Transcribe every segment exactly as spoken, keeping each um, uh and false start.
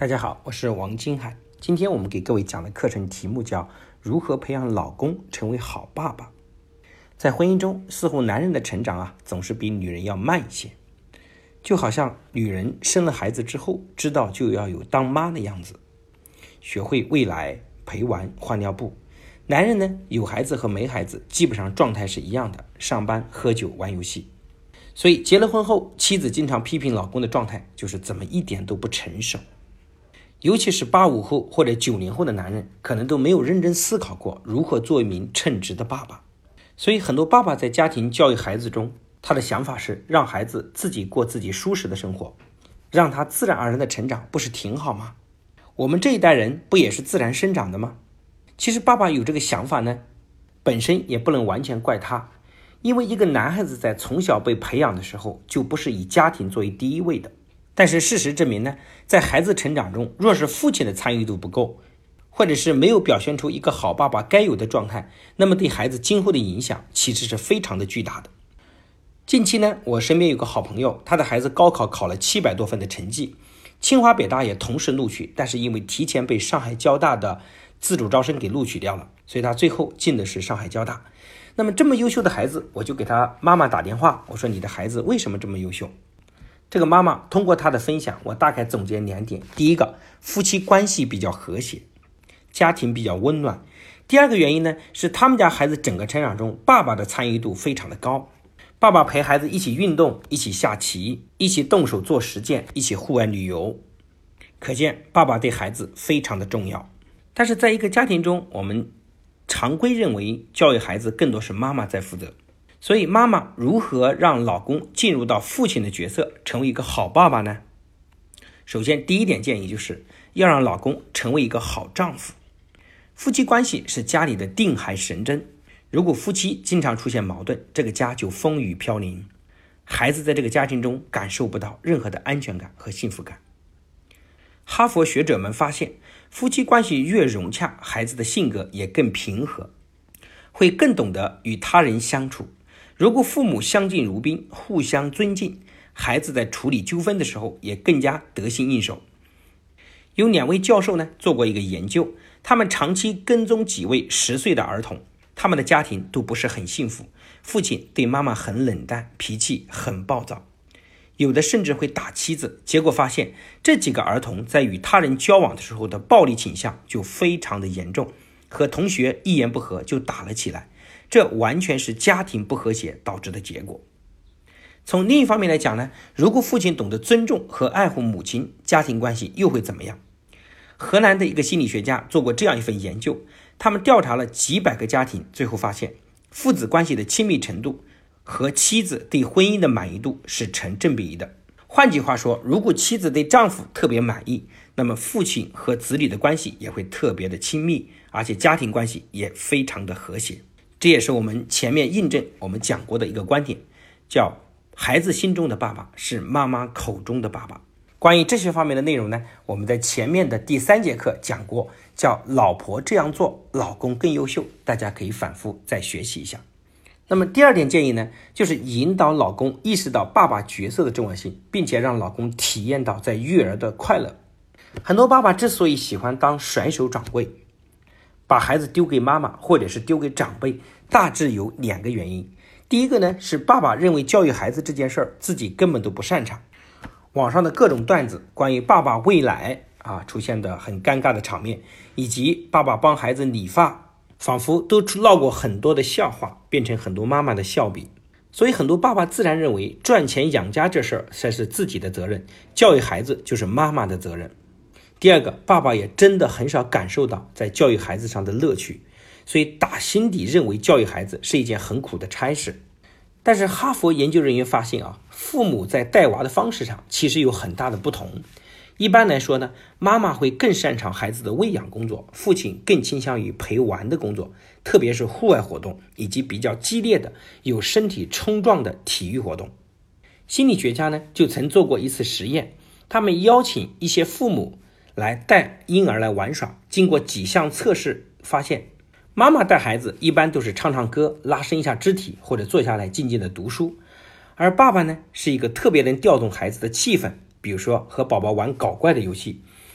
大家好，我是王金海。今天我们给各位讲的课程题目叫如何培养老公成为好爸爸。在婚姻中，似乎男人的成长啊，总是比女人要慢一些，就好像女人生了孩子之后，知道就要有当妈的样子，学会喂奶、陪玩、换尿布。男人呢，有孩子和没孩子基本上状态是一样的，上班、喝酒、玩游戏。所以结了婚后，妻子经常批评老公的状态就是怎么一点都不成熟。尤其是八五后或者九零后的男人，可能都没有认真思考过如何做一名称职的爸爸。所以很多爸爸在家庭教育孩子中，他的想法是让孩子自己过自己舒适的生活，让他自然而然的成长，不是挺好吗？我们这一代人不也是自然生长的吗？其实爸爸有这个想法呢，本身也不能完全怪他，因为一个男孩子在从小被培养的时候，就不是以家庭作为第一位的。但是事实证明呢，在孩子成长中，若是父亲的参与度不够，或者是没有表现出一个好爸爸该有的状态，那么对孩子今后的影响其实是非常的巨大的。近期呢，我身边有个好朋友，他的孩子高考考了七百多分的成绩，清华北大也同时录取，但是因为提前被上海交大的自主招生给录取掉了，所以他最后进的是上海交大。那么这么优秀的孩子，我就给他妈妈打电话，我说你的孩子为什么这么优秀？这个妈妈通过她的分享，我大概总结两点。第一个，夫妻关系比较和谐，家庭比较温暖。第二个原因呢，是他们家孩子整个成长中，爸爸的参与度非常的高。爸爸陪孩子一起运动，一起下棋，一起动手做实践，一起户外旅游。可见爸爸对孩子非常的重要。但是在一个家庭中，我们常规认为教育孩子更多是妈妈在负责。所以妈妈如何让老公进入到父亲的角色，成为一个好爸爸呢？首先第一点建议就是要让老公成为一个好丈夫。夫妻关系是家里的定海神针，如果夫妻经常出现矛盾，这个家就风雨飘零，孩子在这个家庭中感受不到任何的安全感和幸福感。哈佛学者们发现，夫妻关系越融洽，孩子的性格也更平和，会更懂得与他人相处。如果父母相敬如宾，互相尊敬，孩子在处理纠纷的时候也更加得心应手。有两位教授呢做过一个研究，他们长期跟踪几位十岁的儿童，他们的家庭都不是很幸福，父亲对妈妈很冷淡，脾气很暴躁，有的甚至会打妻子。结果发现这几个儿童在与他人交往的时候的暴力倾向就非常的严重，和同学一言不合就打了起来，这完全是家庭不和谐导致的结果。从另一方面来讲呢，如果父亲懂得尊重和爱护母亲，家庭关系又会怎么样？荷兰的一个心理学家做过这样一份研究，他们调查了几百个家庭，最后发现父子关系的亲密程度和妻子对婚姻的满意度是成正比的。换句话说，如果妻子对丈夫特别满意，那么父亲和子女的关系也会特别的亲密，而且家庭关系也非常的和谐。这也是我们前面印证我们讲过的一个观点，叫孩子心中的爸爸是妈妈口中的爸爸。关于这些方面的内容呢，我们在前面的第三节课讲过，叫老婆这样做，老公更优秀，大家可以反复再学习一下。那么第二点建议呢，就是引导老公意识到爸爸角色的重要性，并且让老公体验到在育儿的快乐。很多爸爸之所以喜欢当甩手掌柜，把孩子丢给妈妈或者是丢给长辈，大致有两个原因。第一个呢，是爸爸认为教育孩子这件事儿自己根本都不擅长。网上的各种段子，关于爸爸喂奶啊出现的很尴尬的场面，以及爸爸帮孩子理发，仿佛都闹过很多的笑话，变成很多妈妈的笑柄。所以很多爸爸自然认为赚钱养家这事儿才是自己的责任，教育孩子就是妈妈的责任。第二个，爸爸也真的很少感受到在教育孩子上的乐趣，所以打心底认为教育孩子是一件很苦的差事。但是哈佛研究人员发现啊，父母在带娃的方式上其实有很大的不同。一般来说呢，妈妈会更擅长孩子的喂养工作，父亲更倾向于陪玩的工作，特别是户外活动以及比较激烈的有身体冲撞的体育活动。心理学家呢就曾做过一次实验，他们邀请一些父母来带婴儿来玩耍，经过几项测试发现，妈妈带孩子一般都是唱唱歌，拉伸一下肢体，或者坐下来静静的读书，而爸爸呢是一个特别能调动孩子的气氛，比如说和宝宝玩搞怪的游戏，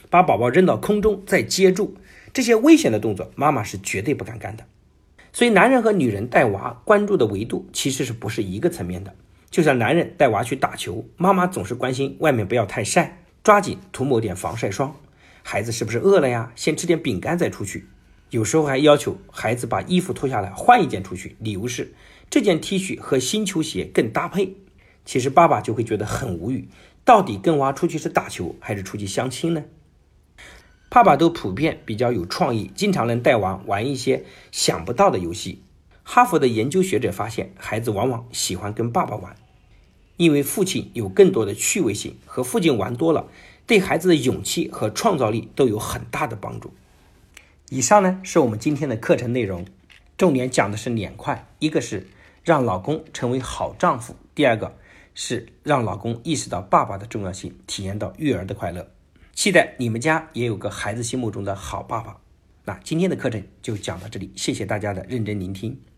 把宝宝扔到空中再接住，这些危险的动作妈妈是绝对不敢干的。所以男人和女人带娃关注的维度其实是不是一个层面的。就像男人带娃去打球，妈妈总是关心外面不要太晒，抓紧涂抹点防晒霜，孩子是不是饿了呀，先吃点饼干再出去。有时候还要求孩子把衣服脱下来换一件出去，理由是这件 T 恤和新球鞋更搭配。其实爸爸就会觉得很无语，到底跟娃出去是打球还是出去相亲呢？爸爸都普遍比较有创意，经常能带娃玩一些想不到的游戏。哈佛的研究学者发现，孩子往往喜欢跟爸爸玩，因为父亲有更多的趣味性，和父亲玩多了，对孩子的勇气和创造力都有很大的帮助。以上呢是我们今天的课程内容，重点讲的是两块，一个是让老公成为好丈夫，第二个是让老公意识到爸爸的重要性，体验到育儿的快乐。期待你们家也有个孩子心目中的好爸爸。那今天的课程就讲到这里，谢谢大家的认真聆听。